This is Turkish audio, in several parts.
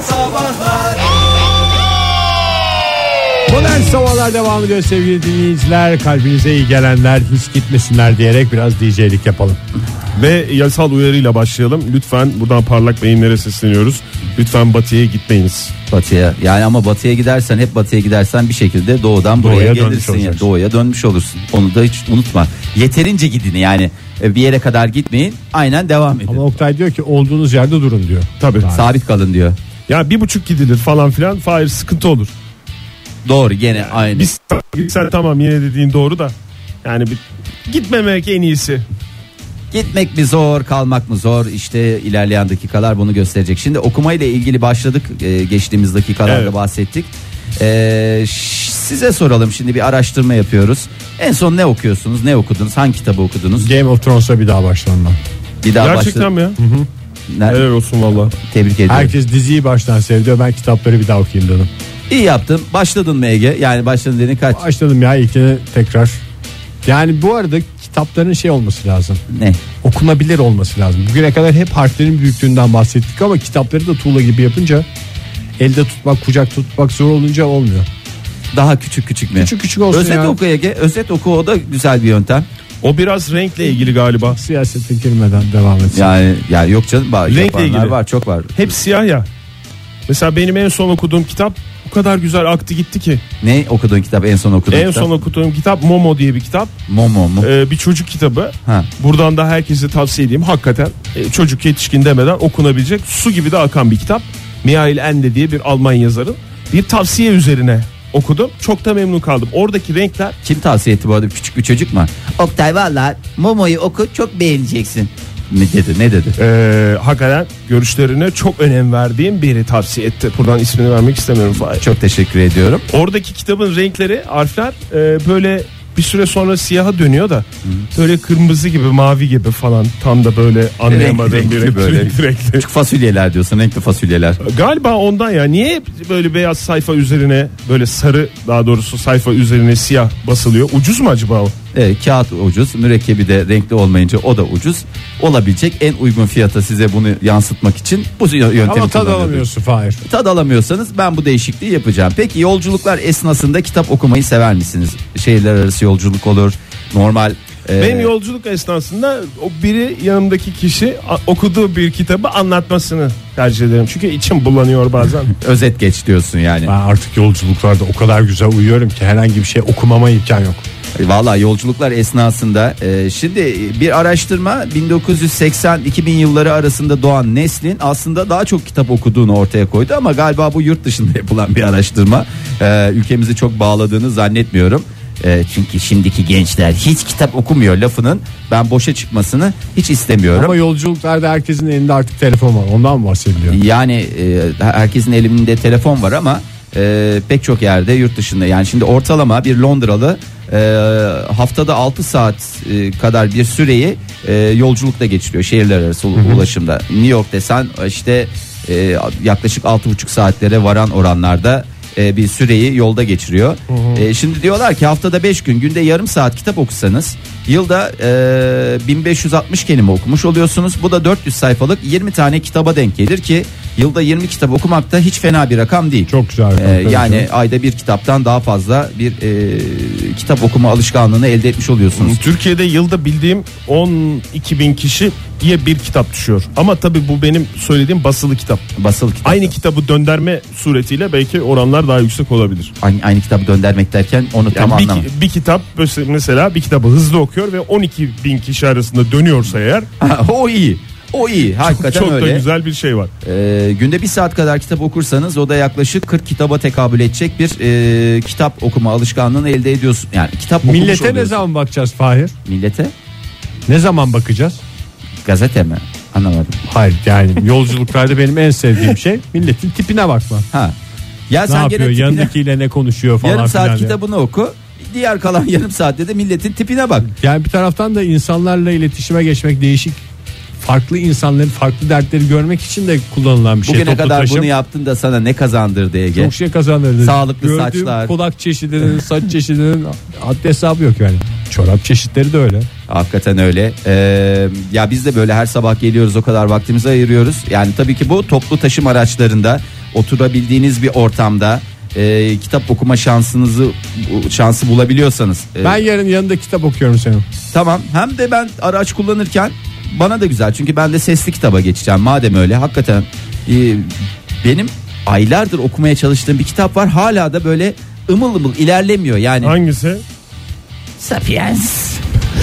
Sabahlar. Modern Sabahlar devam ediyor sevgili dinleyiciler. Kalbinize iyi gelenler hiç gitmesinler diyerek biraz DJ'lik yapalım. Ve yasal uyarıyla başlayalım. Lütfen buradan parlak beyinlere sesleniyoruz. Lütfen batıya gitmeyiniz. Batıya yani, ama batıya gidersen, hep batıya gidersen bir şekilde doğudan buraya Doğuya gelirsin ya. Doğuya dönmüş olursun. Onu da hiç unutma. Yeterince gidin yani, bir yere kadar gitmeyin. Aynen devam edin. Ama Oktay diyor ki olduğunuz yerde durun diyor. Tabii. Sabit kalın diyor. Ya 1,5 gidilir falan filan. Fahir sıkıntı olur. Doğru, gene aynı. Biz sen tamam, yine dediğin doğru da. Yani gitmemek en iyisi. Gitmek mi zor, kalmak mı zor? İşte ilerleyen dakikalar bunu gösterecek. Şimdi okumayla ilgili başladık. Geçtiğimiz dakikalarda Evet. bahsettik. Size soralım, şimdi bir araştırma yapıyoruz. En son ne okuyorsunuz? Ne okudunuz? Hangi kitabı okudunuz? Game of Thrones'a bir daha başlanma. Bir daha Gerçekten mi ya? Helal olsun valla. Tebrik ediyorum. Herkes diziyi baştan seviyor. Ben kitapları bir daha okuyayım dedim. İyi yaptın. Başladın mı Ege? Yani başladın dediğin kaç? Başladım ya ilkini tekrar. Yani bu arada kitapların şey olması lazım. Ne? Okunabilir olması lazım. Bugüne kadar hep harflerin büyüklüğünden bahsettik ama kitapları da tuğla gibi yapınca elde tutmak, kucak tutmak zor olunca olmuyor. Daha küçük küçük mü? Küçük küçük olsun Özet ya. oku Ege. Özet oku, o da güzel bir yöntem. O biraz renkle ilgili galiba. Siyasete girmeden devam etsin. Yani yok canım. Renkle Yapanlar ilgili. var, çok var. Hep siyah ya. Mesela benim en son okuduğum kitap o kadar güzel aktı gitti ki. Ne okuduğun kitap, en son okuduğun En kitap? son okuduğum kitap Momo diye bir kitap. Momo mu? Bir çocuk kitabı. Ha. Buradan da herkese tavsiye edeyim. Hakikaten çocuk yetişkin demeden okunabilecek, su gibi de akan bir kitap. Mihail Ende diye bir Alman yazarın bir tavsiye üzerine okudum. Çok da memnun kaldım. Oradaki renkler. Kim tavsiye etti bu arada, küçük bir çocuk mu? Oktay valla Momo'yu oku, çok beğeneceksin. Ne dedi? Hakikaten görüşlerine çok önem verdiğim biri tavsiye etti. Buradan ismini vermek istemiyorum Fahir. Çok teşekkür ediyorum. Oradaki kitabın renkleri, harfler böyle bir süre sonra siyaha dönüyor da böyle kırmızı gibi, mavi gibi falan, tam da böyle anlayamadığım bir renk. böyle. Renkli. Küçük fasulyeler diyorsun, renkli fasulyeler. Galiba ondan ya. Niye böyle beyaz sayfa üzerine, böyle sarı, daha doğrusu sayfa üzerine siyah basılıyor? Ucuz mu acaba o? Evet, kağıt ucuz, mürekkebi de renkli olmayınca o da ucuz. Olabilecek en uygun fiyata size bunu yansıtmak için bu yöntemi Ama tad kullanıyorum. alamıyorsun Fahir. Tad alamıyorsanız ben bu değişikliği yapacağım. Peki yolculuklar esnasında kitap okumayı sever misiniz? Şehirler arası yolculuk olur, normal. Benim yolculuk esnasında o biri, yanımdaki kişi okuduğu bir kitabı anlatmasını tercih ederim. Çünkü içim bulanıyor bazen. Özet geç diyorsun yani. Ben artık yolculuklarda o kadar güzel uyuyorum ki herhangi bir şey okumama imkan yok. Valla yolculuklar esnasında şimdi bir araştırma 1980-2000 yılları arasında doğan neslin aslında daha çok kitap okuduğunu ortaya koydu, ama galiba bu yurt dışında yapılan bir araştırma. Ülkemizi çok bağladığını zannetmiyorum. Çünkü şimdiki gençler hiç kitap okumuyor lafının ben boşa çıkmasını hiç istemiyorum. Ama yolculuklarda herkesin elinde artık telefon var, ondan mı bahsediliyor? Yani herkesin elinde telefon var ama pek çok yerde yurt dışında, yani şimdi ortalama bir Londralı haftada 6 saat kadar bir süreyi yolculukta geçiriyor, şehirler arası ulaşımda. New York desen işte yaklaşık 6,5 saatlere varan oranlarda bir süreyi yolda geçiriyor. Şimdi diyorlar ki haftada 5 gün, günde yarım saat kitap okusanız yılda 1560 kelime okumuş oluyorsunuz. Bu da 400 sayfalık 20 tane kitaba denk gelir ki yılda 20 kitap okumak da hiç fena bir rakam değil. Çok güzel. Yani ayda bir kitaptan daha fazla bir kitap okuma alışkanlığını elde etmiş oluyorsunuz. Türkiye'de yılda bildiğim 12.000 kişiye bir kitap düşüyor. Ama tabii bu benim söylediğim basılı kitap. Basılı kitap. Aynı kitabı döndürme suretiyle belki oranlar daha yüksek olabilir. Aynı kitabı döndürmek derken onu Yani tam anlamadım. bir kitap mesela bir kitabı hızlı okuyor ve 12.000 kişi arasında dönüyorsa eğer O iyi. O iyi. Hakikaten çok öyle. da güzel bir şey var. Günde 1 saat kadar kitap okursanız o da yaklaşık 40 kitaba tekabül edecek bir kitap okuma alışkanlığını elde ediyorsun. Yani kitap okumuş Millete ne oluyorsun. zaman bakacağız Fahir? Millete? Ne zaman bakacağız? Gazete mi? Anlamadım. Hayır, yani yolculuklarda benim en sevdiğim şey milletin tipine bakma. Ha. Ya Ne sen yapıyor, gene tipine, yanındakiyle ne konuşuyor falan yarım saat filan. kitabını oku. Diğer kalan yarım saatte de milletin tipine bak. Yani bir taraftan da insanlarla iletişime geçmek, değişik farklı insanların farklı dertleri görmek için de kullanılan bir şey. Bugüne Toplu kadar taşım bunu yaptın da sana ne kazandırdı Ege? çok şey kazandırdı. Sağlıklı Gördüğüm saçlar. kulak çeşidinin, saç çeşidinin haddi hesabı yok yani. Çorap çeşitleri de öyle. Hakikaten öyle. Ya biz de böyle her sabah geliyoruz, o kadar vaktimizi ayırıyoruz. Yani tabii ki bu toplu taşım araçlarında oturabildiğiniz bir ortamda kitap okuma şansı bulabiliyorsanız. Ben yarın yanında kitap okuyorum senin. Tamam, hem de ben araç kullanırken bana da güzel, çünkü ben de sesli kitaba geçeceğim. Madem öyle, hakikaten benim aylardır okumaya çalıştığım bir kitap var, hala da böyle ımıl ımıl ilerlemiyor yani. Hangisi? Sapiens.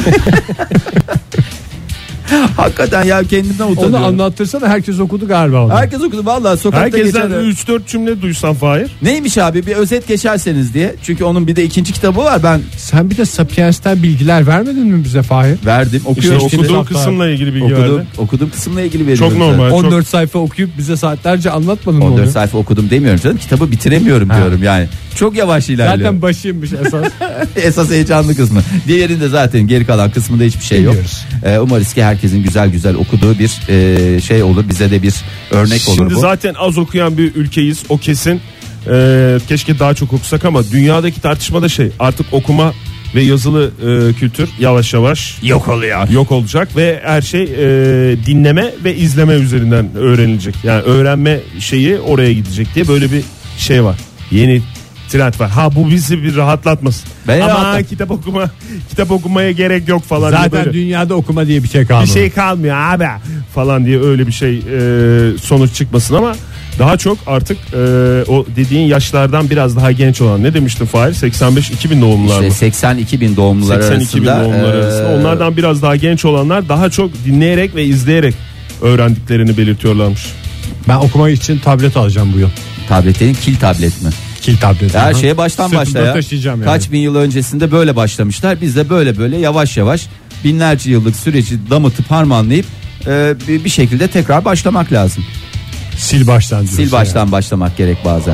Hakikaten ya, kendimden utanıyorum. Onu anlattırsana, herkes okudu galiba onu. Herkes okudu vallahi, sokakta Herkesten geçen. 3-4 cümle duysan Fahir. Neymiş abi, bir özet geçerseniz diye. Çünkü onun bir de ikinci kitabı var, ben Sen bir de Sapiens'ten bilgiler vermedin mi bize Fahir? verdim, İşte okuyorum. okuduğum kısımla ilgili bilgi verdi. Okuduğum kısımla ilgili veriyorum. Çok normal. zaten. 14 sayfa okuyup bize saatlerce anlatmadın mı 14 onu? sayfa okudum demiyorum canım, kitabı bitiremiyorum diyorum yani. Çok yavaş ilerliyor. Zaten başıymış esas. Esas heyecanlı kısmı. Diğerinde zaten geri kalan kısmında hiçbir şey yok. Umarız ki herkesin güzel okuduğu bir şey olur. Bize de bir örnek olur Şimdi bu. zaten az okuyan bir ülkeyiz, o kesin. Keşke daha çok okusak ama dünyadaki tartışmada artık okuma ve yazılı kültür yavaş yavaş yok olacak ve her şey dinleme ve izleme üzerinden öğrenilecek. Yani öğrenme şeyi oraya gidecek diye böyle bir şey var. Yeni trend var. Bu bizi bir rahatlatmasın. Ama kitap okumaya gerek yok falan. Zaten dünyada okuma diye bir şey kalmadı. Bir şey kalmıyor abi falan diye öyle bir şey sonuç çıkmasın ama daha çok artık o dediğin yaşlardan biraz daha genç olan, ne demiştin Fahir, 85-2000 doğumlular mı? 82.000 doğumlular 82.000 arasında, doğumlular arasında onlardan biraz daha genç olanlar daha çok dinleyerek ve izleyerek öğrendiklerini belirtiyorlarmış. Ben okumak için tablet alacağım bu yıl. Tabletlerin kil tablet mi? Kil tablet. Her şeye baştan Sırtımda başla ya. taşıyacağım yani. Kaç bin yıl öncesinde böyle başlamışlar. Biz de böyle yavaş yavaş binlerce yıllık süreci damıtıp harmanlayıp bir şekilde tekrar başlamak lazım. Sil baştan diyorsun. Sil baştan başlamak gerek bazen.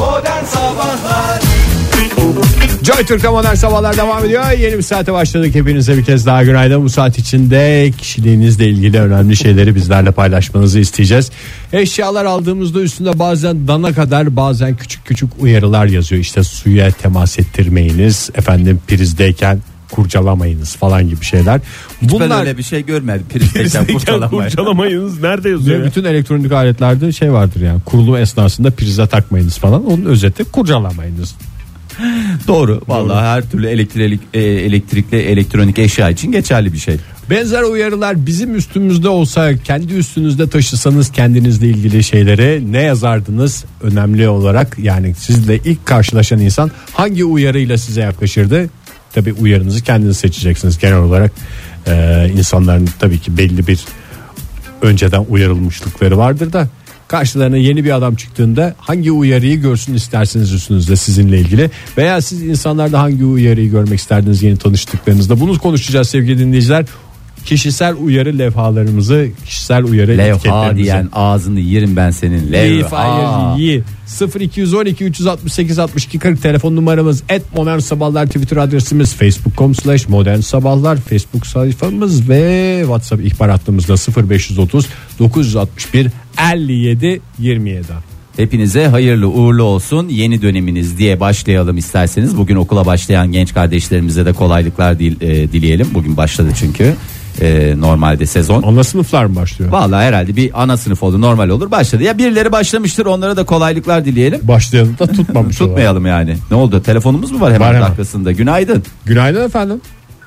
Joy Türk'te Modern Sabahlar devam ediyor. Yeni bir saate başladık. Hepinize bir kez daha günaydın. Bu saat içinde kişiliğinizle ilgili önemli şeyleri bizlerle paylaşmanızı isteyeceğiz. Eşyalar aldığımızda üstünde bazen dana kadar, bazen küçük uyarılar yazıyor. İşte suya temas ettirmeyiniz, efendim prizdeyken kurcalamayınız falan gibi şeyler. Ben öyle bir şey görmedim. Prizdeyken kurcalamayınız nerede yazıyor? Bütün elektronik aletlerde şey vardır yani, kurulum esnasında prize takmayınız falan. Onun özeti kurcalamayınız. Doğru. Vallahi her türlü elektrikli elektronik eşya için geçerli bir şey. Benzer uyarılar bizim üstümüzde olsa, kendi üstünüzde taşısanız kendinizle ilgili şeyleri ne yazardınız önemli olarak? Yani sizle ilk karşılaşan insan hangi uyarıyla size yaklaşırdı? Tabii uyarınızı kendiniz seçeceksiniz. Genel olarak insanların tabii ki belli bir önceden uyarılmışlıkları vardır da karşılarına yeni bir adam çıktığında hangi uyarıyı görsün isterseniz üstünüzde sizinle ilgili, veya siz insanlarda hangi uyarıyı görmek isterdiniz yeni tanıştıklarınızda, bunu konuşacağız sevgili dinleyiciler. Kişisel uyarı levhalarımızı, kişisel uyarı etiketlerimizi. Levha diyen ağzını yerim ben senin. Levha. 0212 368 62 40 telefon numaramız, @Modern Sabahlar Twitter adresimiz, facebook.com/Modern Sabahlar Facebook sayfamız ve WhatsApp ihbar hattımızda 0530 961 57 27. Hepinize hayırlı uğurlu olsun yeni döneminiz diye başlayalım isterseniz. Bugün okula başlayan genç kardeşlerimize de kolaylıklar dileyelim. Bugün başladı çünkü normalde sezon. Ana sınıflar mı başlıyor? Vallahi herhalde bir ana sınıf oldu, normal olur, başladı. Ya birileri başlamıştır, onlara da kolaylıklar dileyelim. Başlayanı da tutmamış. Tutmayalım yani. Ne oldu, telefonumuz mu var hemen dakikasında? Günaydın. Günaydın efendim.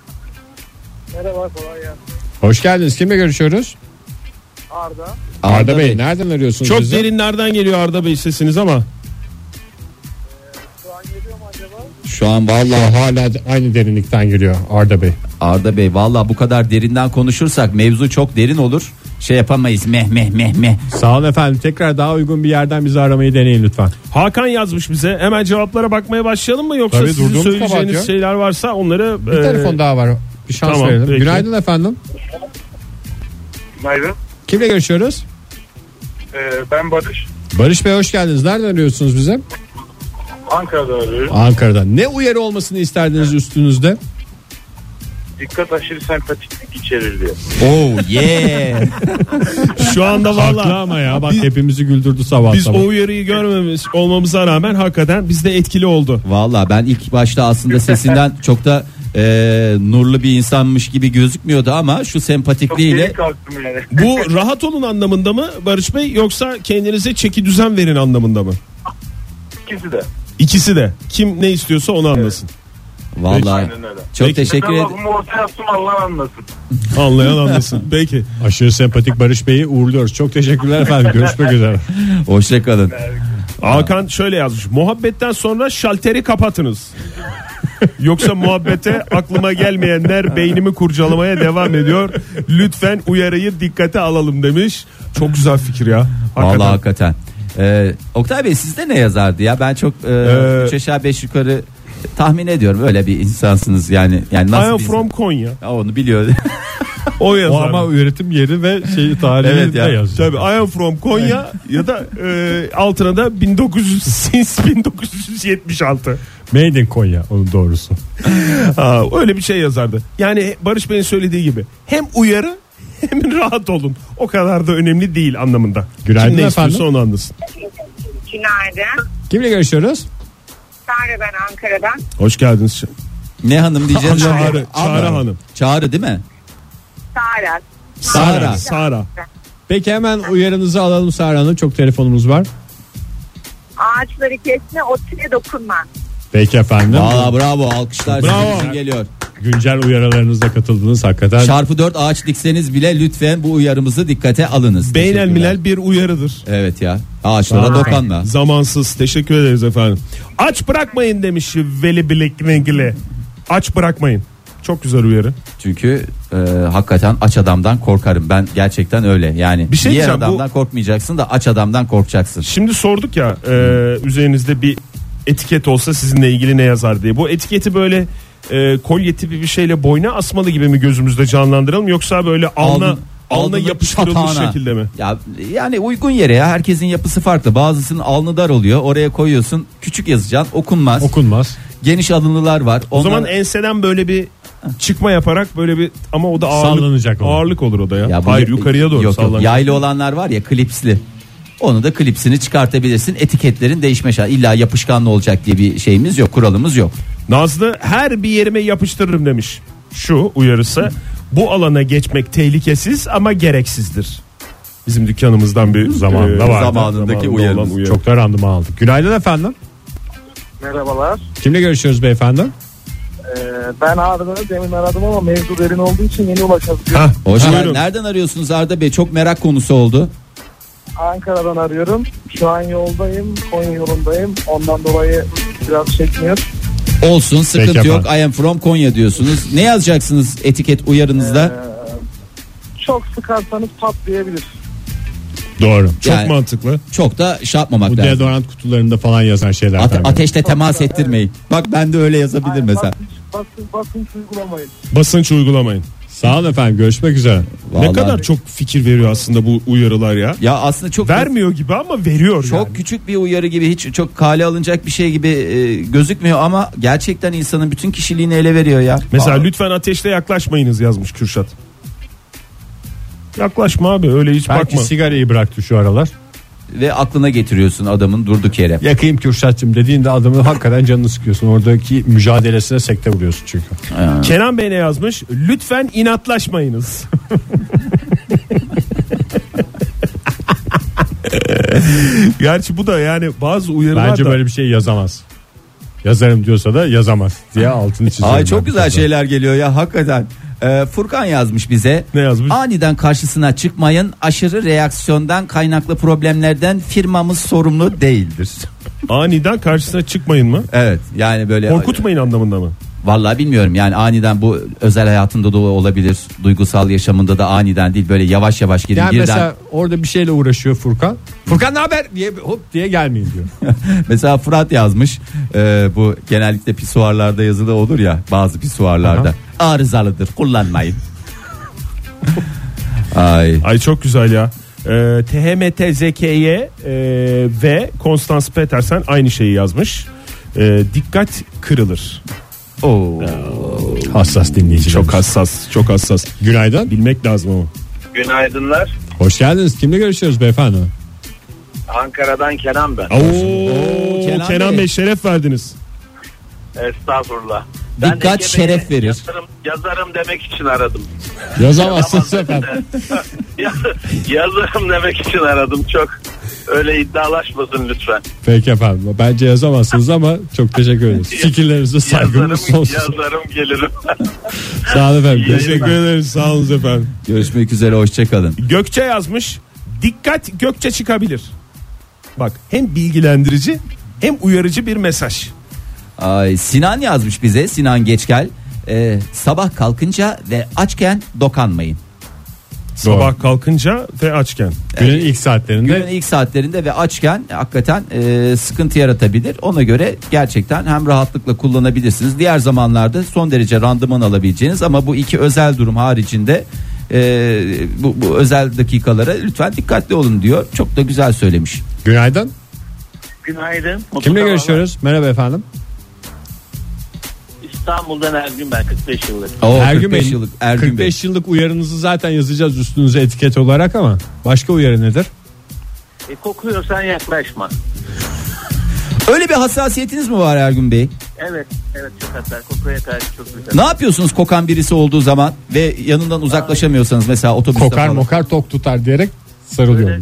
Merhaba, kolay gelsin. Hoş geldiniz. Kimle görüşüyoruz? Arda Bey. Nereden arıyorsunuz Çok bizi? derinlerden geliyor Arda Bey sesiniz ama. Şu an geliyor mu acaba? Şu an vallahi Hala aynı derinlikten geliyor Arda Bey. Arda Bey, vallahi bu kadar derinden konuşursak mevzu çok derin olur. Şey yapamayız, meh. Sağ olun efendim. Tekrar daha uygun bir yerden bizi aramayı deneyin lütfen. Hakan yazmış bize. Hemen cevaplara bakmaya başlayalım mı, yoksa Tabii, sizin durduğumuz söyleyeceğiniz kabahat şeyler varsa onları... Bir telefon daha var. Bir şans tamam, verelim. peki. Günaydın efendim. Günaydın. Kimle görüşüyoruz? Ben Barış. Barış Bey hoş geldiniz. Nereden arıyorsunuz bize? Ankara'da arıyorum. Ankara'dan. Ne uyarı olmasını isterdiniz üstünüzde? Dikkat aşırı sempatiklik içerir diye. Oh yeah. Şu anda Haklı valla ama ya bak hepimizi güldürdü sabah biz sabah. o uyarıyı görmemiş olmamıza rağmen hakikaten bizde etkili oldu. Vallahi ben ilk başta aslında sesinden çok da nurlu bir insanmış gibi gözükmüyordu ama şu Çok sempatikliğiyle geri kalktım yani. Bu rahat olun anlamında mı Barış Bey, yoksa kendinize çeki düzen verin anlamında mı? İkisi de. İkisi de. Kim ne istiyorsa onu anlasın. vallahi Aynen öyle. çok Peki. teşekkür Ben ederim. lafımı ortaya attım, Allah anlasın. Anlayan anlasın. Peki. Aşırı sempatik Barış Bey'i uğurluyoruz. Çok teşekkürler efendim. Görüşmek üzere. Hoşça kalın. Hakan şöyle yazmış. Muhabbetten sonra şalteri kapatınız. Yoksa muhabbete aklıma gelmeyenler beynimi kurcalamaya devam ediyor. Lütfen uyarıyı dikkate alalım demiş. Çok güzel fikir ya. Vallahi hakikaten. Oktay Bey sizde ne yazardı ya? Ben çok 3 aşağı 5 yukarı tahmin ediyorum. Öyle bir insansınız yani. Yani I nasıl am bir from Konya. Ya onu biliyor. O O yazar. ama üretim yeri ve tarihi Evet de ya. yazıyor. Tabii I am from Konya ya da altına da 1976. Made in Konya onun doğrusu. Öyle bir şey yazardı. Yani Barış Bey'in söylediği gibi hem uyarı hem rahat olun. O kadar da önemli değil anlamında. Günaydın Kim ne efendim. istiyorsa onu anlasın. Günaydın. Kimle görüşüyoruz? Sare ben Ankara'dan. Hoş geldiniz. Ne hanım diyeceğiz? Çağrı Hanım. Çağrı değil mi? Sare. Sara. Peki hemen uyarınızı alalım Sara Hanım. Çok telefonumuz var. Ağaçları kesme, otine dokunma. Peki efendim. Valla bravo, alkışlar Bravo. sizin için geliyor. Güncel uyarılarınızda katıldınız hakikaten. Çarpı 4 ağaç dikseniz bile lütfen bu uyarımızı dikkate alınız. Beynel Teşekkürler. milel bir uyarıdır. Evet ya, ağaçlara dokanma. Zamansız. Teşekkür ederiz efendim. Aç bırakmayın demiş Veli Bilekli. Aç bırakmayın. Çok güzel uyarı. Çünkü hakikaten aç adamdan korkarım. Ben gerçekten öyle. Yani Bir şey diğer diyeceğim, adamdan korkmayacaksın da aç adamdan korkacaksın. Şimdi sorduk ya üzerinizde bir etiket olsa sizinle ilgili ne yazar diye. Bu etiketi böyle kolye tipi bir şeyle boyna asmalı gibi mi gözümüzde canlandıralım, yoksa böyle alnına yapıştırılmış çatağına. şekilde mi? Ya yani uygun yere ya, herkesin yapısı farklı. Bazısının alnı dar oluyor. Oraya koyuyorsun. Küçük yazacaksın. Okunmaz. Okunmaz. Geniş alınlılar var. O zaman enseden böyle bir çıkma yaparak böyle bir, ama o da Sallanacak o. ağırlık olur o da ya. Ya bu Hayır, yukarıya doğru yok, sallanacak. yaylı olanlar var ya, klipsli. Onu da klipsini çıkartabilirsin. Etiketlerin değişme şansı. İlla yapışkanlı olacak diye bir şeyimiz yok, kuralımız yok. Nazlı her bir yerime yapıştırırım demiş. Şu uyarısı: bu alana geçmek tehlikesiz ama gereksizdir. Bizim dükkanımızdan bir Zamanında vardı. Zamanındaki olan uyarımız. uyarı. Çok da randıman aldık. Günaydın efendim. Merhabalar. Kimle görüşüyoruz beyefendi? Ben Arda'da demin aradım ama mevzu derin olduğu için yeni ulaşabiliyorum. Hah, Hoş buyurun. geldin. Nereden arıyorsunuz Arda Bey? Çok merak konusu oldu. Ankara'dan arıyorum. Şu an yoldayım. Konya yolundayım. Ondan dolayı biraz çekmiyor. Olsun, sıkıntı Peki yok. efendim. I am from Konya diyorsunuz. Ne yazacaksınız etiket uyarınızda? Çok sıkarsanız patlayabilir. Doğru. Çok Yani- mantıklı. Çok da şey yapmamak Bu lazım. deodorant kutularında falan yazan şeyler. Ateşle temas ettirmeyin. Bak ben de öyle yazabilir mesela. Basınç uygulamayın. Basınç uygulamayın. Sağ olun efendim. Görüşmek üzere. Ne Vallahi- kadar çok fikir veriyor aslında bu uyarılar ya. Ya aslında çok Vermiyor gibi ama veriyor çok yani. küçük bir uyarı gibi, hiç çok kale alınacak bir şey gibi gözükmüyor ama gerçekten insanın bütün kişiliğini ele veriyor ya. Mesela Aa, lütfen ateşle yaklaşmayınız yazmış Kürşat. Yaklaşma abi, öyle hiç Belki bakma. sigarayı bıraktı şu aralar. ve aklına getiriyorsun adamın durduk yere. Yakayım Kürşat'cığım dediğinde adamın hakikaten canını sıkıyorsun. Oradaki mücadelesine sekte vuruyorsun çünkü. Kenan Bey ne yazmış? Lütfen inatlaşmayınız. Gerçi bu da yani bazı uyarılar Bence da böyle bir şey yazamaz. Yazarım diyorsa da yazamaz diye altını çiziyorum. Ay ben çok bir güzel kez şeyler geliyor ya hakikaten. Furkan yazmış bize. Ne yazmış? Aniden karşısına çıkmayın. Aşırı reaksiyondan kaynaklı problemlerden firmamız sorumlu değildir. aniden karşısına çıkmayın mı? Evet yani böyle Korkutmayın anlamında mı? vallahi bilmiyorum yani aniden, bu özel hayatında da olabilir. Duygusal yaşamında da aniden değil, böyle yavaş yavaş gidin Yani birden. mesela orada bir şeyle uğraşıyor Furkan. Furkan ne haber diye hop diye gelmeyin diyor. Mesela Fırat yazmış. Bu genellikle pisuarlarda yazılı olur ya, bazı pisuarlarda. Arızalıdır, kullanmayın. Ay. Ay çok güzel ya. THMTZK'ye ve Konstans Petersen aynı şeyi yazmış. Dikkat kırılır. Oo. Hassas dinleyiciler. Çok hassas, çok hassas. Günaydın. Bilmek lazım ama. Günaydınlar. Hoş geldiniz. Kimle görüşüyoruz beyefendi? Ankara'dan Kenan ben. Oo, Kenan Kenan Bey. Bey şeref verdiniz. Estağfurullah. Dikkat Ege Bey'e şeref verir. Yazarım demek için aradım. Yazamazsınız efendim. Yazarım demek için aradım. Çok öyle iddialaşmasın lütfen. Peki efendim. Bence yazamazsınız ama çok teşekkür ederiz. Fikirlerinize saygımız sonsuz. Yazarım gelirim. Sağ olun efendim. Teşekkür ederiz, sağ olun efendim. Görüşmek üzere, hoşçakalın. Gökçe yazmış. Dikkat, Gökçe çıkabilir. Bak, hem bilgilendirici hem uyarıcı bir mesaj. Ay, Sinan yazmış bize, Sinan Geçkel. Sabah kalkınca ve açken dokanmayın. Sabah kalkınca ve açken. Günün ilk saatlerinde. Günün ilk saatlerinde ve açken hakikaten sıkıntı yaratabilir. Ona göre gerçekten hem rahatlıkla kullanabilirsiniz. Diğer zamanlarda son derece randıman alabileceğiniz ama bu iki özel durum haricinde bu özel dakikalara lütfen dikkatli olun diyor. Çok da güzel söylemiş. Günaydın. Günaydın. Kimle görüşüyoruz? Merhaba efendim. İstanbul'dan Ergün ben, 45 yıllık. Ergün 45 Bey, yıllık Ergün 45 yıllık uyarınızı zaten yazacağız üstünüze etiket olarak ama başka uyarı nedir? Kokuyorsan yaklaşma. Bey. Öyle bir hassasiyetiniz mi var Ergün Bey? Evet çok hatta kokuya karşı çok güzel. Ne yapıyorsunuz kokan birisi olduğu zaman ve yanından uzaklaşamıyorsanız, mesela otobüste Kokar falan? mokar tok tutar diyerek sarılıyor.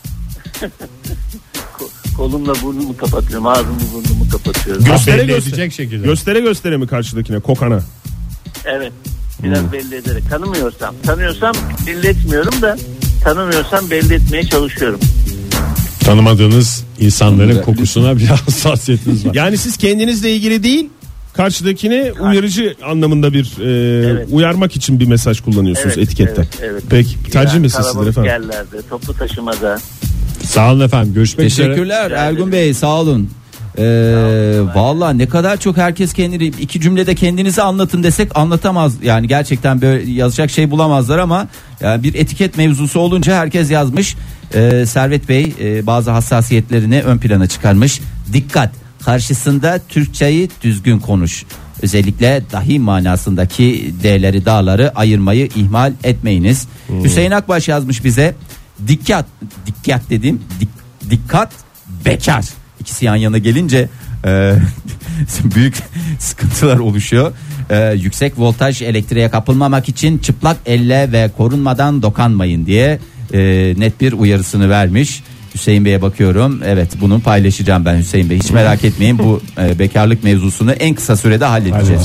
Kolumla burnumu kapatıyorum, ağzımı burnumu kapatıyorum. Göstere belli edecek şekilde. Göstere mi karşıdakine, kokana? Evet. Biraz belli ederek. Tanıyorsam belli etmiyorum da tanımıyorsam belli etmeye çalışıyorum. Tanımadığınız insanların kokusuna bir hassasiyetiniz var. Yani siz kendinizle ilgili değil, karşıdakine uyarıcı anlamında bir Evet. uyarmak için bir mesaj kullanıyorsunuz etikette. Evet. Peki, tercih mi sizdir Kalabalık efendim? yerlerde, toplu taşımada. Sağ olun efendim. Görüşmek üzere. Teşekkürler Ergun Bey, sağ olun. Vallahi ne kadar çok herkes kendini, iki cümlede kendinizi anlatın desek anlatamaz. Yani gerçekten böyle yazacak şey bulamazlar ama yani bir etiket mevzusu olunca herkes yazmış. Servet Bey bazı hassasiyetlerini ön plana çıkarmış. Dikkat, karşısında Türkçeyi düzgün konuş. Özellikle dahi manasındaki D'leri, dağları ayırmayı ihmal etmeyiniz. Hüseyin Akbaş yazmış bize. Dikkat bekar. İkisi yan yana gelince büyük sıkıntılar oluşuyor. Yüksek voltaj elektriğe kapılmamak için çıplak elle ve korunmadan dokanmayın diye net bir uyarısını vermiş. Hüseyin Bey'e bakıyorum. Evet, bunu paylaşacağım ben Hüseyin Bey. Hiç merak etmeyin, bu bekarlık mevzusunu en kısa sürede halledeceğiz.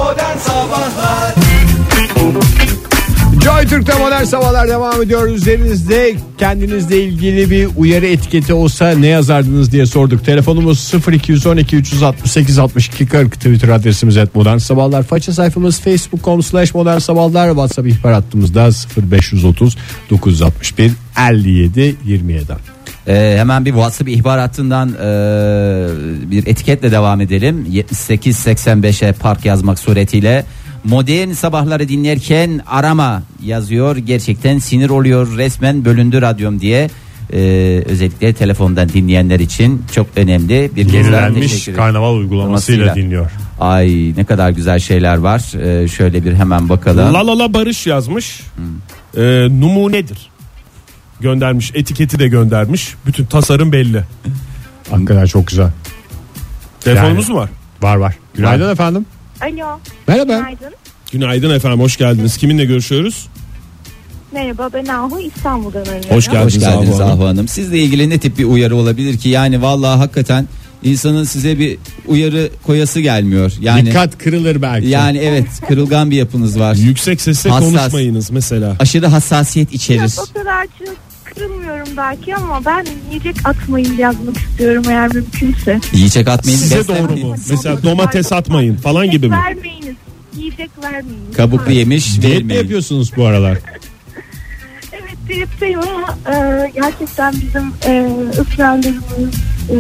Joy Türk'te modern sabahlar devam ediyor. Üzerinizde kendinizle ilgili bir uyarı etiketi olsa ne yazardınız diye sorduk. Telefonumuz 0212 368 62 40, Twitter adresimiz @modern sabahlar, faça sayfamız facebook.com/modern sabahlar, WhatsApp ihbar hattımızda 0530 961 57 27. Hemen bir WhatsApp ihbar hattından bir etiketle devam edelim. 7885'e park yazmak suretiyle modern sabahları dinlerken arama yazıyor. Gerçekten sinir oluyor, resmen bölündü radyom diye. Özellikle telefondan dinleyenler için çok önemli bir kez daha Yenilenmiş teşekkür karnaval uygulamasıyla dinliyor. Ay, ne kadar güzel şeyler var. Şöyle bir hemen bakalım. La Barış yazmış. Numunedir. Göndermiş, etiketi de göndermiş. Bütün tasarım belli. Hakikaten çok güzel. Telefonumuz mu var? Var. Günaydın efendim. Alo. Merhaba. Günaydın. Günaydın efendim, hoş geldiniz. Kiminle görüşüyoruz? Merhaba, ben Ahu, İstanbul'dan arıyorum. Hoş geldiniz. Hoş geldiniz Ahu Hanım. Ahu Hanım. Sizle ilgili ne tip bir uyarı olabilir ki? Yani vallahi hakikaten insanın size bir uyarı koyası gelmiyor. Yani Dikkat kırılır belki. yani evet, kırılgan bir yapınız var. Yüksek sesle Hassas. konuşmayınız mesela. Aşırı hassasiyet içerir. Biraz o kadar çok kırılmıyorum belki ama ben yiyecek atmayın yazmak istiyorum eğer mümkünse. Yiyecek atmayın. Size doğru mu? Mesela domates atmayın falan gibi mi? Vermeyiniz. Yiyecek vermeyiniz. Kabuklu yemiş Diyet mi vermeyin. yapıyorsunuz bu aralar? Evet, diyetteyim ama gerçekten bizim ısrarlarımız,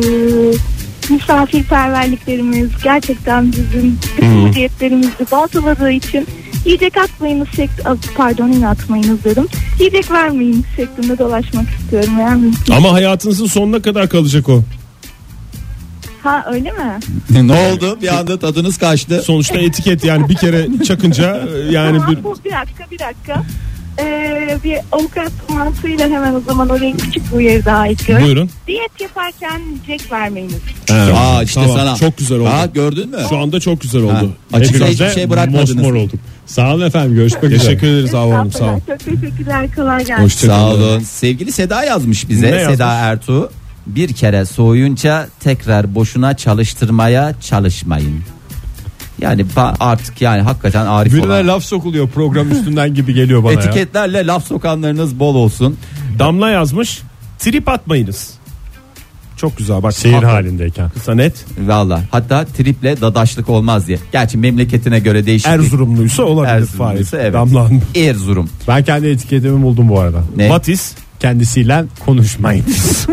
misafirperverliklerimiz gerçekten bizim bütün diyetlerimizi baltaladığı için yiyecek atmayınız yine atmayınız dedim. Yiyecek vermeyiniz şeklinde dolaşmak istiyorum eğer mümkün. Ama hayatınızın sonuna kadar kalacak o. Ha, öyle mi? Ne oldu? Bir anda tadınız kaçtı. Sonuçta etiket, yani bir kere çakınca yani Tamam, bir... bir dakika. bir avukat mantığıyla hemen o zaman oraya küçük bir uyarı daha ekliyorum. Buyurun. Diyet yaparken yiyecek vermeyiniz. İşte tamam, sana. çok güzel oldu. Gördün mü? Şu anda çok güzel oldu. Açıkta Hepimiz hiçbir de şey bırakmadınız. mosmor olduk. Sağ olun efendim, görüşmek üzere. Teşekkür ederiz Hava Hanım, sağ olun. Çok teşekkürler, kolay gelsin. Hoşçakalın. Sağ olun. Sevgili Seda yazmış bize. Ne yazmış? Seda Ertuğ. Bir kere soğuyunca tekrar boşuna çalıştırmaya çalışmayın. Yani artık yani hakikaten Arif Birine olan. laf sokuluyor program üstünden gibi geliyor bana ya. Etiketlerle laf sokanlarınız bol olsun. Damla yazmış. Trip atmayınız. Çok güzel bak. Seyir Hakikaten. halindeyken. Kısa net. Valla hatta triple dadaşlık olmaz diye. Gerçi memleketine göre değişiklik. Erzurumluysa olabilir. Erzurumluysa Fahir. evet. Damla Hanım. Erzurum. Ben kendi etiketimi buldum bu arada. Ne? Matiz. Kendisiyle konuşmayın.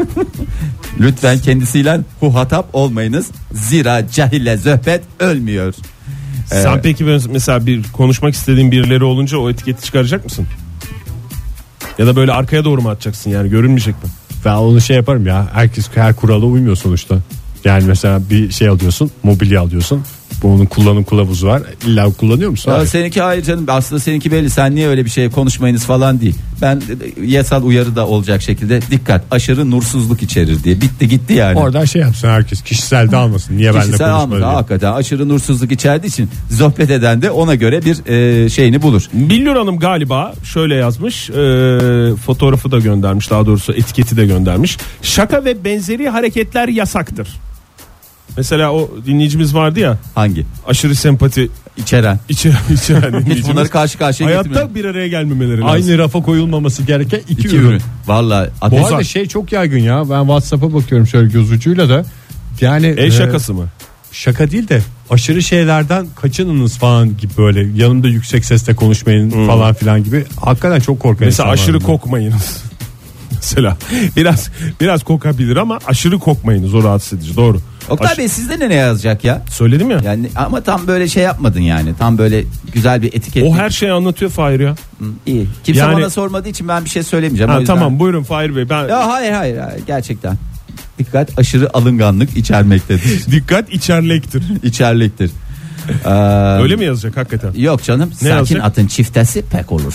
Lütfen kendisiyle huhatap olmayınız. Zira cahille zöhbet ölmüyor. Sen peki mesela bir konuşmak istediğin birileri olunca o etiketi çıkaracak mısın? Ya da böyle arkaya doğru mu atacaksın, yani görünmeyecek mi? Ben onu şey yaparım ya. Herkes her kurala uymuyor sonuçta. Yani mesela bir şey alıyorsun, mobilya alıyorsun. Bunun kullanım kılavuzu var. İlla kullanıyor musun? Ya seninki hayır canım, aslında seninki belli, sen niye öyle bir şey konuşmayınız falan değil. Ben yasal uyarı da olacak şekilde dikkat, aşırı nursuzluk içerir diye bitti gitti yani. Oradan şey yapsın herkes, kişisel de almasın. Niye benimle Kişisel konuşma almadı, diye. hakikaten aşırı nursuzluk içerdiği için sohbet eden de ona göre bir şeyini bulur. Billur Hanım galiba şöyle yazmış, fotoğrafı da göndermiş, daha doğrusu etiketi de göndermiş. Şaka ve benzeri hareketler yasaktır. Mesela o dinleyicimiz vardı ya, Hangi? aşırı sempati İçeren. içeren Hiç dinleyicimiz. bunları karşı karşıya Hayatta getirmiyor. bir araya gelmemeleri lazım. Aynı rafa koyulmaması gereken iki İki ürün. ürün. Valla Bu Bozar. arada şey çok yaygın ya. Ben WhatsApp'a bakıyorum şöyle göz ucuyla da. Yani El şakası mı? şaka değil de aşırı şeylerden kaçınınız falan gibi, böyle yanımda yüksek sesle konuşmayın falan filan gibi. Hakikaten çok korkuyorum. Mesela aşırı kokmayınız. Mesela biraz kokabilir ama aşırı kokmayınız, o rahatsız edici, doğru. Oktay Bey, sizde ne yazacak ya? Söyledim ya. Yani ama tam böyle şey yapmadın yani. Tam böyle güzel bir etiket. O her şeyi anlatıyor Fahir ya. İyi. Kimse Yani- bana sormadığı için ben bir şey söylemeyeceğim. O Ha, yüzden- tamam buyurun Fahir Bey. Ben Ya hayır gerçekten. Dikkat, aşırı alınganlık içermektedir. dikkat içerlektir. İçerliktir. Öyle mi yazacak hakikaten? Yok canım. Sakin yazacak? atın çiftesi pek olur.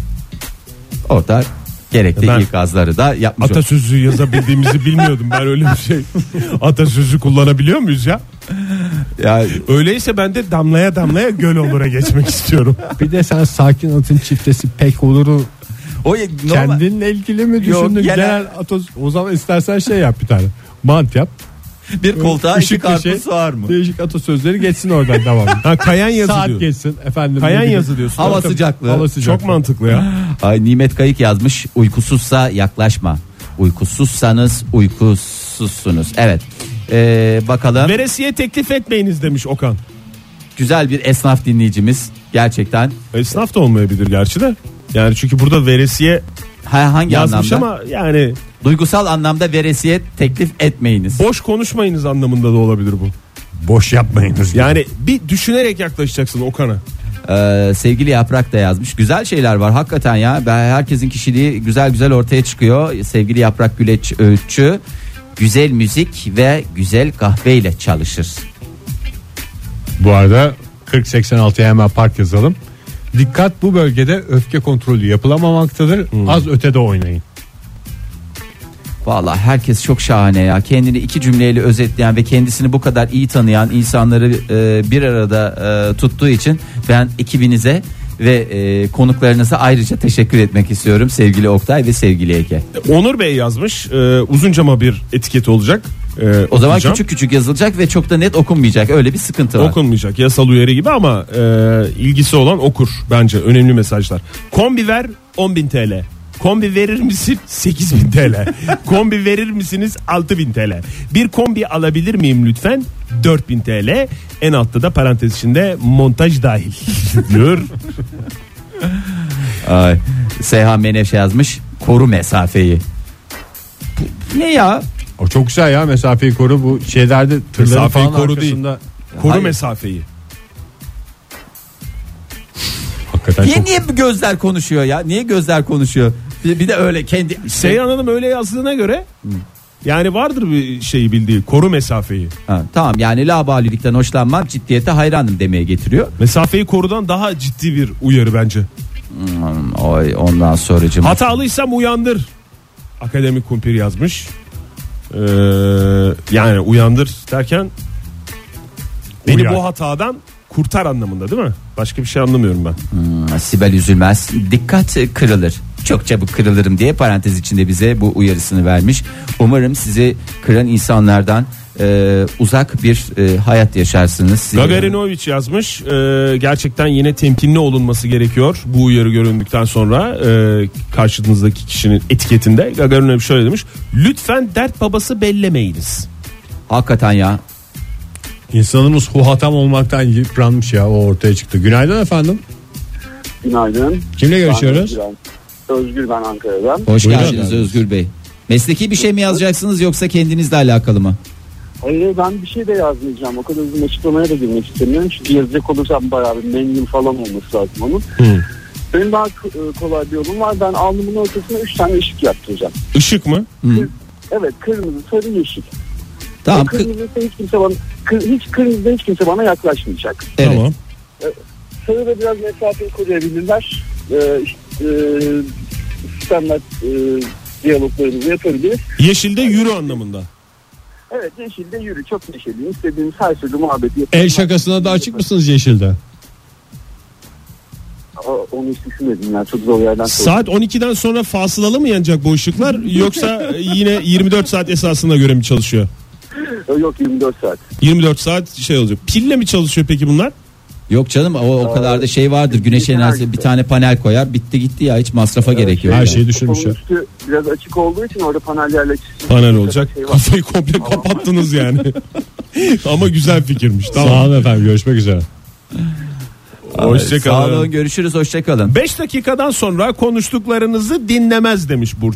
Orada gerekli Ben- ikazları da yapmış olur. Atasözü yazabildiğimizi bilmiyordum ben, öyle bir şey. Atasözü kullanabiliyor muyuz ya? Ya, Öyleyse ben de damlaya damlaya göl olur'a geçmek istiyorum. Bir de sen sakin atın çiftesi pek oluru o normal. kendinle ilgili mi Yok, düşündün? genel- Genel o zaman istersen şey yap, bir tane. Bant yap. Bir koltuğa iki Işıklı karpuz şey, sığar mı? Değişik atasözleri geçsin oradan devam. Ha, kayan yazı Saat diyor. geçsin efendim. Kayan ne bileyim. yazı diyorsun. Hava Tabii, sıcaklığı. hava sıcaklığı. Çok mantıklı ya. Ay, Nimet Kayık yazmış. Uykusuzsa yaklaşma. Uykusuzsanız uykusuzsunuz. Evet. Bakalım. Veresiye teklif etmeyiniz demiş Okan. Güzel bir esnaf dinleyicimiz. Gerçekten. Esnaf da olmayabilir gerçi de. Yani çünkü burada veresiye Hangi yazmış anlamda? ama yani Duygusal anlamda veresiye teklif etmeyiniz. boş konuşmayınız anlamında da olabilir bu. Boş yapmayınız. Yani bir düşünerek yaklaşacaksın Okan'a. Sevgili Yaprak da yazmış. Güzel şeyler var hakikaten ya. Herkesin kişiliği güzel ortaya çıkıyor. Sevgili Yaprak Güleç Öğütçü. Güzel müzik ve güzel kahveyle çalışır. Bu arada 4086'ya hemen park yazalım. Dikkat, bu bölgede öfke kontrolü yapılamamaktadır. Az ötede oynayın. Vallahi herkes çok şahane ya. Kendini iki cümleyle özetleyen ve kendisini bu kadar iyi tanıyan insanları bir arada tuttuğu için ben ekibinize ve konuklarınıza ayrıca teşekkür etmek istiyorum sevgili Oktay ve sevgili Ege. Onur Bey yazmış. Uzuncama bir etiket olacak. O zaman Okuyacağım. küçük yazılacak ve çok da net okunmayacak. Öyle bir sıkıntı var. Okunmayacak, yasal uyarı gibi ama ilgisi olan okur bence, önemli mesajlar. Kombi ver 10.000 TL. Kombi verir misin? 8.000 TL. Kombi verir misiniz? 6.000 TL. Bir kombi alabilir miyim lütfen? 4.000 TL. En altta da parantez içinde montaj dahil diyor. Ay, Seyhan Menevşe yazmış. Koru mesafeyi. Ne ya? O çok güzel ya, mesafeyi koru, bu şeylerde tırların Mesafeyi falan koru arkasında. Koru Hayır. mesafeyi. Hakikaten çok. Niye bu gözler konuşuyor ya? Niye gözler konuşuyor? Bir de öyle kendi Seyhan Hanım öyle yazdığına göre yani vardır bir şeyi bildiği, koru mesafeyi. Ha, tamam yani laubalilikten hoşlanmam, ciddiyete hayranım demeye getiriyor. Mesafeyi korudan daha ciddi bir uyarı bence. Oy, ondan sonracığım. Hatalıysam uyandır. Akademik kumpir yazmış. Yani uyandır derken beni Uyar. bu hatadan kurtar anlamında değil mi? Başka bir şey anlamıyorum ben. Sibel üzülmez. Dikkat kırılır. Çok çabuk kırılırım diye parantez içinde bize bu uyarısını vermiş. Umarım sizi kıran insanlardan uzak bir hayat yaşarsınız. Gagarinovic yazmış. Gerçekten yine temkinli olunması gerekiyor. Bu uyarı göründükten sonra karşınızdaki kişinin etiketinde Gagarinovic şöyle demiş. Lütfen dert babası bellemeyiniz. Hakikaten ya. İnsanımız huhatam olmaktan yıpranmış ya, o ortaya çıktı. Günaydın efendim. Günaydın. Kimle görüşüyoruz? Özgür ben Ankara'dan. Hoş Buyurun geldiniz efendim. Özgür Bey. Mesleki bir şey mi yazacaksınız yoksa kendinizle alakalı mı? Hayır, ben bir şey de yazmayacağım. O kadar uzun açıklamaya da girmek istemiyorum. Çünkü yazacak olursam bayağı bir mendil falan olması lazım onun. Benim daha kolay bir yolum var. Ben alnımın ortasına 3 tane ışık yaptıracağım. Işık mı? Evet, kırmızı, sarı, yeşil. Tamam. Kırmızıda hiç kimse bana kırmızıda hiç kimse bana yaklaşmayacak. Evet. Tamam. Sarıda biraz mesafeyi koruyabilirler. Sistemler diyaloglarımızı yapabiliriz. Yeşilde yürü anlamında. Evet, yeşilde yürü, çok neşeliyim. İstediğiniz her türlü muhabbeti yapalım. El şakasına da açık mısınız yeşilde? Onu hiç düşünmedim ya, çok zor yerden. Saat 12'den sonra fasılalı mı yanacak bu ışıklar yoksa yine 24 saat esasına göre mi çalışıyor? Yok, 24 saat. 24 saat şey olacak. Pille mi çalışıyor peki bunlar? Yok canım, o kadar da şey vardır. Güneş enerjisi, bir tane panel koyar, bitti gitti ya, hiç masrafa gerek yok. Her yani. şeyi düşünmüşler. Üstü biraz açık olduğu için orada panellerle Panel olacak. Şey var. Kafayı komple kapattınız yani. Ama güzel fikirmiş. Sağ Tamam. olun efendim, görüşmek üzere. Sağ olun, Hoşçakalın. görüşürüz, hoşçakalın. 5 dakikadan sonra konuştuklarınızı dinlemez demiş Burç.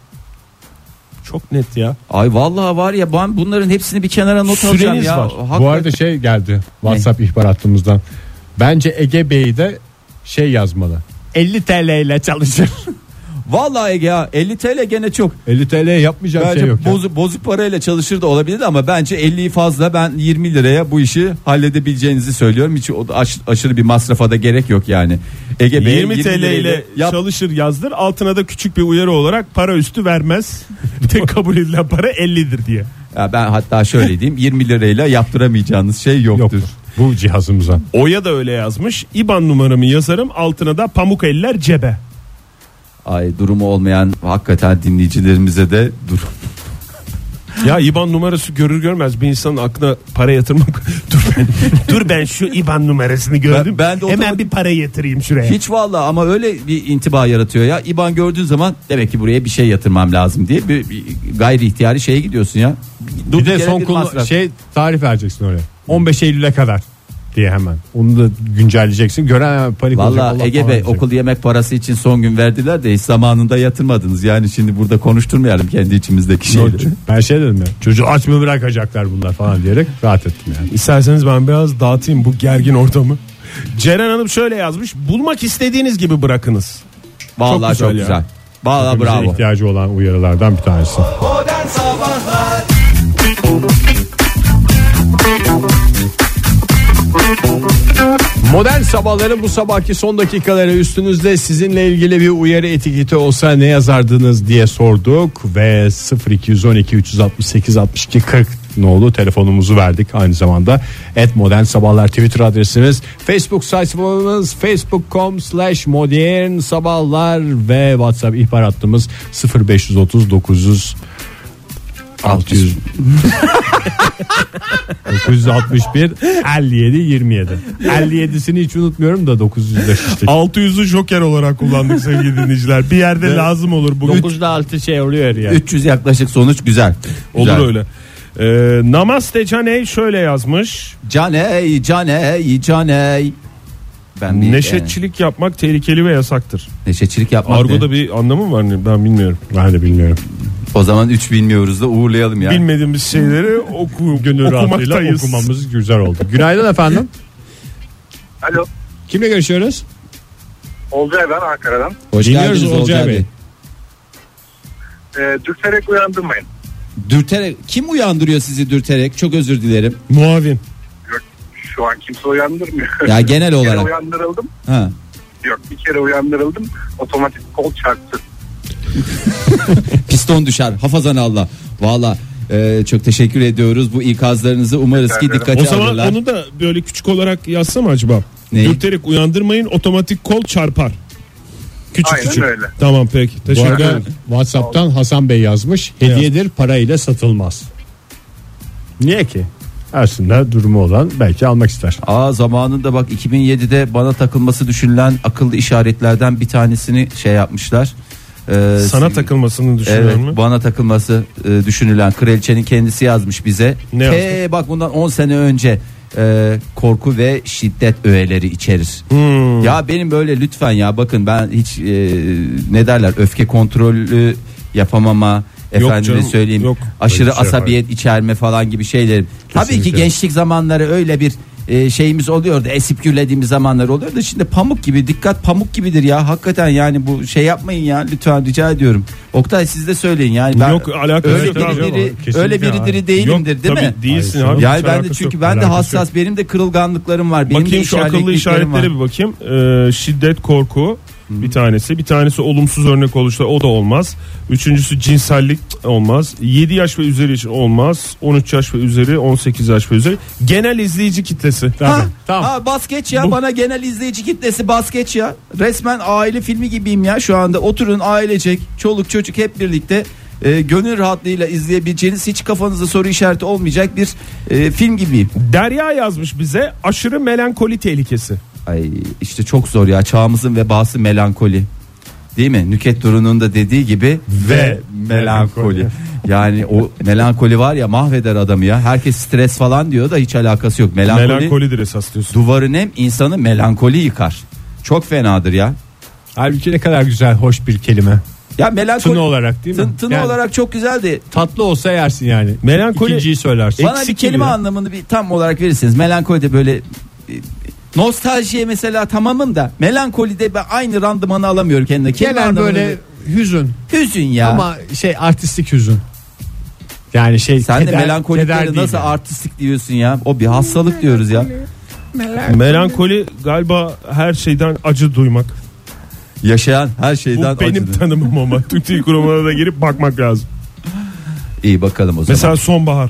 Çok net ya. Ay vallahi var ya, ben bunların hepsini bir kenara not Süreniz alacağım ya. var. Hakikaten. Bu arada şey geldi WhatsApp ihbar hattımızdan. Bence Ege Bey de şey yazmalı. 50 TL ile çalışır. Vallahi Ege ya, 50 TL gene çok. 50 TL yapmayacak Bence şey yok. ya. bozuk parayla çalışır da olabilir ama bence 50'yi fazla, ben 20 liraya bu işi halledebileceğinizi söylüyorum. Hiç aşırı bir masrafa da gerek yok yani. Ege Bey 20 TL ile yap. çalışır yazdır. Altına da küçük bir uyarı olarak para üstü vermez. Tek kabul edilen para 50'dir diye. Ya ben hatta şöyle diyeyim, 20 lirayla yaptıramayacağınız şey yoktur. Yoktur. Bu cihazımıza. Oya da öyle yazmış. İban numaramı yazarım, altına da pamuk eller cebe. Ay, durumu olmayan hakikaten dinleyicilerimize de Ya İban numarası görür görmez bir insanın aklına para yatırmak. Dur ben şu İban numarasını gördüm. Ben de hemen bir para yatırayım şuraya. hiç vallahi, ama öyle bir intiba yaratıyor ya. İban gördüğün zaman demek ki buraya bir şey yatırmam lazım diye bir gayri ihtiyari şeye gidiyorsun ya. Bir de son konu tarih vereceksin oraya. 15 Eylül'e kadar diye hemen. Onu da güncelleyeceksin. Gören hemen panik olacak. Valla Allah Ege falan Bey, diyecek. okul yemek parası için son gün verdiler de hiç zamanında yatırmadınız. Yani şimdi burada konuşturmayalım kendi içimizdeki şeyleri. Ben şey dedim ya. Çocuğu aç mı bırakacaklar bunlar falan diyerek rahat ettim yani. İsterseniz ben biraz dağıtayım bu gergin ortamı. Ceren Hanım şöyle yazmış. Bulmak istediğiniz gibi bırakınız. Vallahi çok güzel güzel. ya. Vallahi Bize bravo. ihtiyacı olan uyarılardan bir tanesi. Modern Sabahların bu sabahki son dakikaları üstünüzde sizinle ilgili bir uyarı etiketi olsa ne yazardınız diye sorduk ve 0212 368 62 40 nolu telefonumuzu verdik. Aynı zamanda @modern sabahlar Twitter adresimiz, Facebook sayfamız facebook.com/modern sabahlar ve WhatsApp ihbar hattımız 0530 900 600 961 57 27. 57'sini hiç unutmuyorum da 905 işte. 600'ü joker olarak kullandık sevgili dinleyiciler. Bir yerde lazım olur bugün. 9'da 6 şey oluyor ya. 300 yaklaşık sonuç güzel. Olur Güzel. öyle. Namaste Caney şöyle yazmış. Caney. Ben Neşetçilik yapmak tehlikeli ve yasaktır. neşetçilik yapmak. Argo'da bir anlamı var mı? Ben bilmiyorum. Ben de bilmiyorum. O zaman 3 bilmiyoruz da uğurlayalım ya. Bilmediğimiz şeyleri Gönül rahatlığıyla okumaktayız. okumamız güzel oldu. Günaydın efendim. Alo. Kimle görüşüyoruz? Olcay ben Ankara'dan. Hoş Dinliyoruz geldiniz Olcay Olcay Bey. Bey. Dürterek uyandırmayın. Dürterek, kim uyandırıyor sizi dürterek? Çok özür dilerim. Muavin. Şu an kimse uyandırmıyor. Ya genel Bir kere olarak. uyandırıldım. Ha. Yok, bir kere uyandırıldım, otomatik kol çarptı. Piston düşer hafazan Allah. Valla çok teşekkür ediyoruz bu ikazlarınızı, umarız ki dikkate O zaman alırlar. onu da böyle küçük olarak yazsa mı acaba? Neyi? Dürterek uyandırmayın, otomatik kol çarpar. Küçük Aynen küçük. öyle. Tamam peki. Bu Teşekkür arada ederim. WhatsApp'tan Hasan Bey yazmış. Hediyedir, parayla satılmaz. Niye ki? Aslında durumu olan belki almak ister. Zamanında bak 2007'de bana takılması düşünülen akıllı işaretlerden bir tanesini şey yapmışlar. Sana takılmasını düşünüyor Evet, mu? bana takılması düşünülen kraliçenin kendisi yazmış bize. Ne yazdı? Bak bundan 10 sene önce korku ve şiddet öğeleri içerir. Ya benim böyle lütfen ya bakın ben hiç ne derler öfke kontrolü yapamama, efendime canım, söyleyeyim yok. aşırı Öyle bir şey asabiyet içerme falan gibi şeylerim. Tabii ki Kesinlikle. gençlik zamanları öyle bir şeyimiz oluyordu, esip gürlediğimiz zamanlar oluyordu. Şimdi pamuk gibi, dikkat pamuk gibidir ya hakikaten, yani bu şey yapmayın ya lütfen, rica ediyorum. Oktay siz de söyleyin yani ben Yok, alakası öyle yok abi. Kesinlikle öyle biridir değilimdir değil tabii mi? değilsin Hayır, abi. Yani Hiç ben de alakası çünkü yok. ben de Alakası hassas, benim de kırılganlıklarım var. Benim Bakayım de şu akıllı işaretliklerim var. işaretlere bir bakayım. Şiddet, korku bir tanesi. Bir tanesi olumsuz örnek oluşta, o da olmaz. Üçüncüsü cinsellik olmaz. 7 yaş ve üzeri için olmaz. 13 yaş ve üzeri, 18 yaş ve üzeri. Genel izleyici kitlesi. Tamam. Basket ya, bana genel izleyici kitlesi basket ya. Resmen aile filmi gibiyim ya şu anda. Oturun ailecek, çoluk çocuk hep birlikte gönül rahatlığıyla izleyebileceğiniz, hiç kafanızda soru işareti olmayacak bir film gibiyim. Derya yazmış bize, aşırı melankoli tehlikesi. Ay işte çok zor ya, çağımızın vebası melankoli. Değil mi? Nükhet Duru'nun da dediği gibi ve melankoli. Yani o melankoli var ya, mahveder adamı ya. Herkes stres falan diyor da hiç alakası yok. Melankolidir esas diyorsun. Duvarı nem, insanı melankoli yıkar. Çok fenadır ya. Halbuki ne kadar güzel, hoş bir kelime. Ya melankoli Tını olarak değil mi? Tını Yani olarak çok güzeldi. tatlı olsa yersin yani. Melankoli- İkinciyi söylersin. Bana bir kelime anlamını bir tam olarak verirseniz. Melankoli de böyle nostaljiye mesela tamamım da melankolide ben aynı randımanı alamıyorum kendine. Kelime Genel anlamını böyle hüzün. hüzün ya. Ama şey artistik hüzün. Yani şey sen de keder melankolikleri değil nasıl yani. artistik diyorsun ya? O bir hastalık diyoruz ya. Melankoli galiba her şeyden acı duymak. Yaşayan her şeyden Bu benim acıdır. tanımım ama Türk Dil Kurumu'na da girip bakmak lazım. İyi bakalım o zaman. Mesela sonbahar.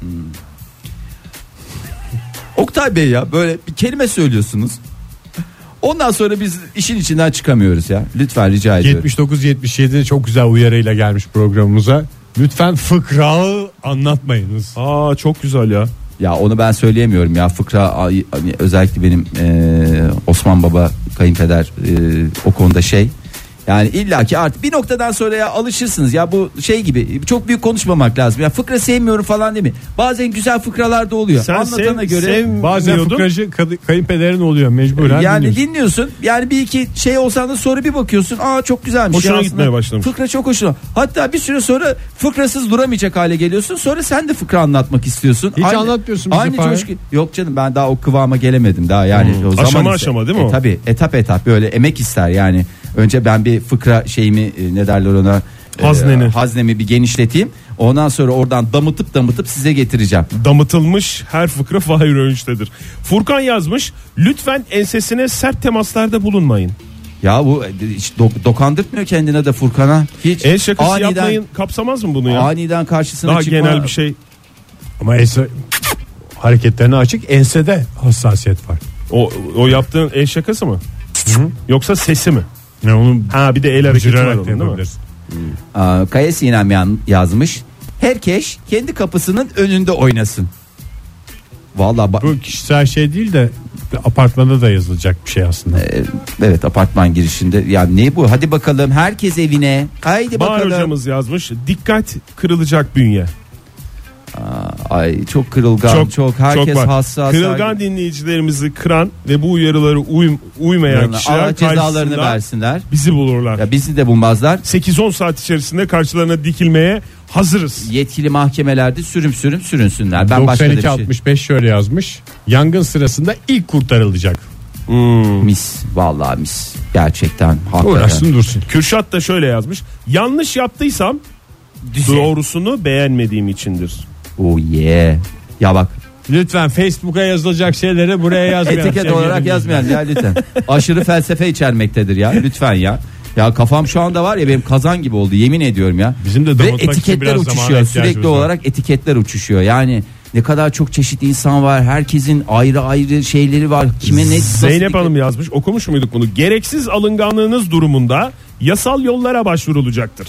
Oktay Bey ya, böyle bir kelime söylüyorsunuz. Ondan sonra biz işin içinden çıkamıyoruz ya. Lütfen rica ediyorum. 79-77 çok güzel uyarıyla gelmiş programımıza. Lütfen fıkrağı anlatmayınız. Aa çok güzel ya. Ya onu ben söyleyemiyorum ya, fıkra hani özellikle benim Osman Baba kayınpeder o konuda şey. Yani illaki artık bir noktadan sonra ya alışırsınız ya, bu şey gibi çok büyük konuşmamak lazım. Ya fıkra sevmiyorum falan değil mi? Bazen güzel fıkralar da oluyor. Sen Anlatana göre Bazen sevmiyordun. fıkracı kayınpederin oluyor mecburen. yani dinliyorsun. dinliyorsun. Yani bir iki şey olsan da sonra bir bakıyorsun. Aa çok güzelmiş. Hoşuna ya aslında. gitmeye başlamış. Fıkra çok hoşuna. Hatta bir süre sonra fıkrasız duramayacak hale geliyorsun. Sonra sen de fıkra anlatmak istiyorsun. Hiç anlatmıyorsun bize Aynı Fahir. coşku. Yok canım, ben daha o kıvama gelemedim daha yani. O zaman Aşama ise- aşama değil mi o? Tabii etap böyle emek ister yani. Önce ben bir fıkra şeyimi ne derler ona? Haznemi bir genişleteyim. Ondan sonra oradan damıtıp size getireceğim. Damıtılmış her fıkra Fahir Öğünç'tedir. Furkan yazmış, lütfen ensesine sert temaslarda bulunmayın. Ya bu hiç dokandırtmıyor kendine de Furkan'a. Hiç El şakası yapmayın kapsamaz mı bunu ya? Aniden karşısına Daha çıkma. genel bir şey. Ama hareketlerine açık, ensede hassasiyet var. O yaptığın el şakası mı? Yoksa sesi mi? Ne onu Ha bir de el hareketi var onun, değil mi? yapabilirsin. Kaya Sinem yazmış. Herkes kendi kapısının önünde oynasın. Vallahi Bu kişisel şey değil de apartmanda da yazılacak bir şey aslında. evet, apartman girişinde. Ya ne bu? Hadi bakalım herkes evine. Haydi Bahar bakalım. hocamız yazmış. Dikkat, kırılacak bünye. Ay çok kırılgan, çok herkes var. hassas. Kırılgan dinleyicilerimizi kıran ve bu uyarıları uymayan kişiler Allah cezalarını karşısında versinler. bizi bulurlar. Ya bizi de bulmazlar. 8-10 saat içerisinde karşılarına dikilmeye hazırız. Yetkili mahkemelerde sürünsünler. Ben başka da bir şey. 92-65 şöyle yazmış. Yangın sırasında ilk kurtarılacak. Mis, vallahi mis. Gerçekten hakikaten. Uğraşsın dursun. Kürşat da şöyle yazmış. Yanlış yaptıysam Düzen. doğrusunu beğenmediğim içindir. Oh yeah. Ya bak Lütfen Facebook'a yazılacak şeyleri buraya yazmayalım. Etiket olarak yazmayalım ya lütfen. Aşırı felsefe içermektedir ya lütfen ya. Ya kafam şu anda var ya benim kazan gibi oldu yemin ediyorum ya. Bizim de ve damıtmak için etiketler biraz zamana uçuşuyor ihtiyacımız sürekli var. olarak etiketler uçuşuyor. Yani ne kadar çok çeşit insan var. Herkesin ayrı ayrı şeyleri var. Kime ne Zeynep Hanım yazmış. Okumuş muyduk bunu? Gereksiz alınganlığınız durumunda yasal yollara başvurulacaktır.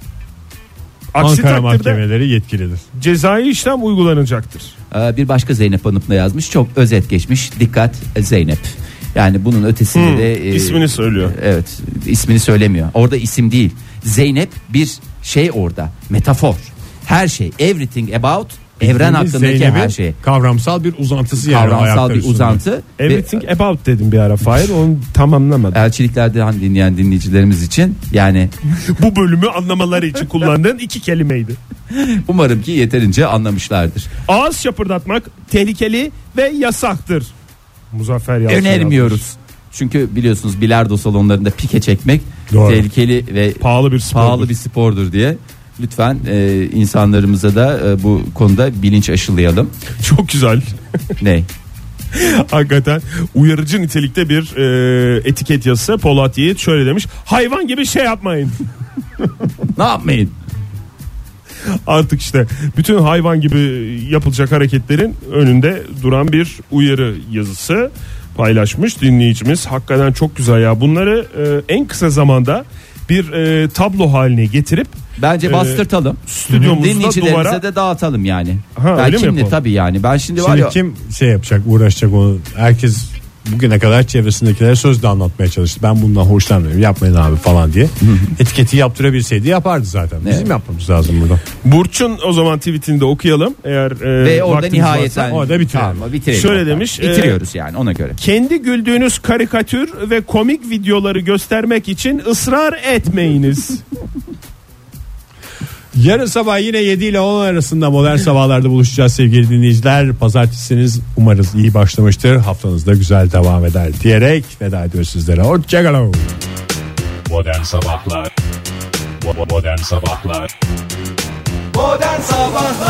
Aksi Ankara takdirde mahkemeleri yetkilidir. cezai işlem uygulanacaktır. Bir başka Zeynep Hanım da yazmış. Çok özet geçmiş. Dikkat Zeynep. Yani bunun ötesinde de ismini söylüyor. Evet, ismini söylemiyor. Orada isim değil. Zeynep bir şey orada. Metafor. Her şey, everything about evren hakkındaki Zeynep'in her şey. Kavramsal bir uzantısı yani. Kavramsal bir uzantı. Everything about dedim bir ara Fahir, onu tamamlamadım. Elçiliklerde dinleyen dinleyicilerimiz için yani Bu bölümü anlamaları için kullandığın 2 kelimeydi. umarım ki yeterince anlamışlardır. Ağız şapırdatmak tehlikeli ve yasaktır. Muzaffer Yalçın Önermiyoruz. yazmış. Çünkü biliyorsunuz bilardo salonlarında pike çekmek Doğru. tehlikeli ve Pahalı bir spordur. diye. Lütfen insanlarımıza da bu konuda bilinç aşılayalım. Çok güzel. Ne? Hakikaten uyarıcı nitelikte bir etiket yazısı. Polat Yiğit şöyle demiş: hayvan gibi şey yapmayın. Ne yapmayın? Artık işte bütün hayvan gibi yapılacak hareketlerin önünde duran bir uyarı yazısı paylaşmış dinleyicimiz. Hakikaten çok güzel ya. Bunları en kısa zamanda bir tablo haline getirip Bence bastırtalım. stüdyomuzda Dinleyicilerimize duvara de dağıtalım yani. Ha, Ben öyle mi şimdi yapalım? tabii yani. Ben şimdi var Şimdi ya kim şey yapacak, uğraşacak onu? Herkes bugüne kadar çevresindekilere sözle anlatmaya çalıştı. Ben bundan hoşlanmıyorum, yapmayın abi falan diye. Etiketi yaptırabilseydi yapardı zaten. Bizim Evet. yapmamız lazım burada. Burç'un o zaman tweetini de okuyalım. Eğer ve orada vaktiniz nihayeten varsa. orada bitirelim. Tamam, bitirelim. Şöyle Hatta. demiş, Bitiriyoruz yani ona göre. Kendi güldüğünüz karikatür ve komik videoları göstermek için ısrar etmeyiniz. Yarın sabah yine 7 ile 10 arasında Modern Sabahlar'da buluşacağız sevgili dinleyiciler. Pazartesiniz umarız iyi başlamıştır. Haftanız da güzel devam eder diyerek veda ediyoruz sizlere. Hoşçakalın. Modern Sabahlar. Modern Sabahlar. Modern Sabahlar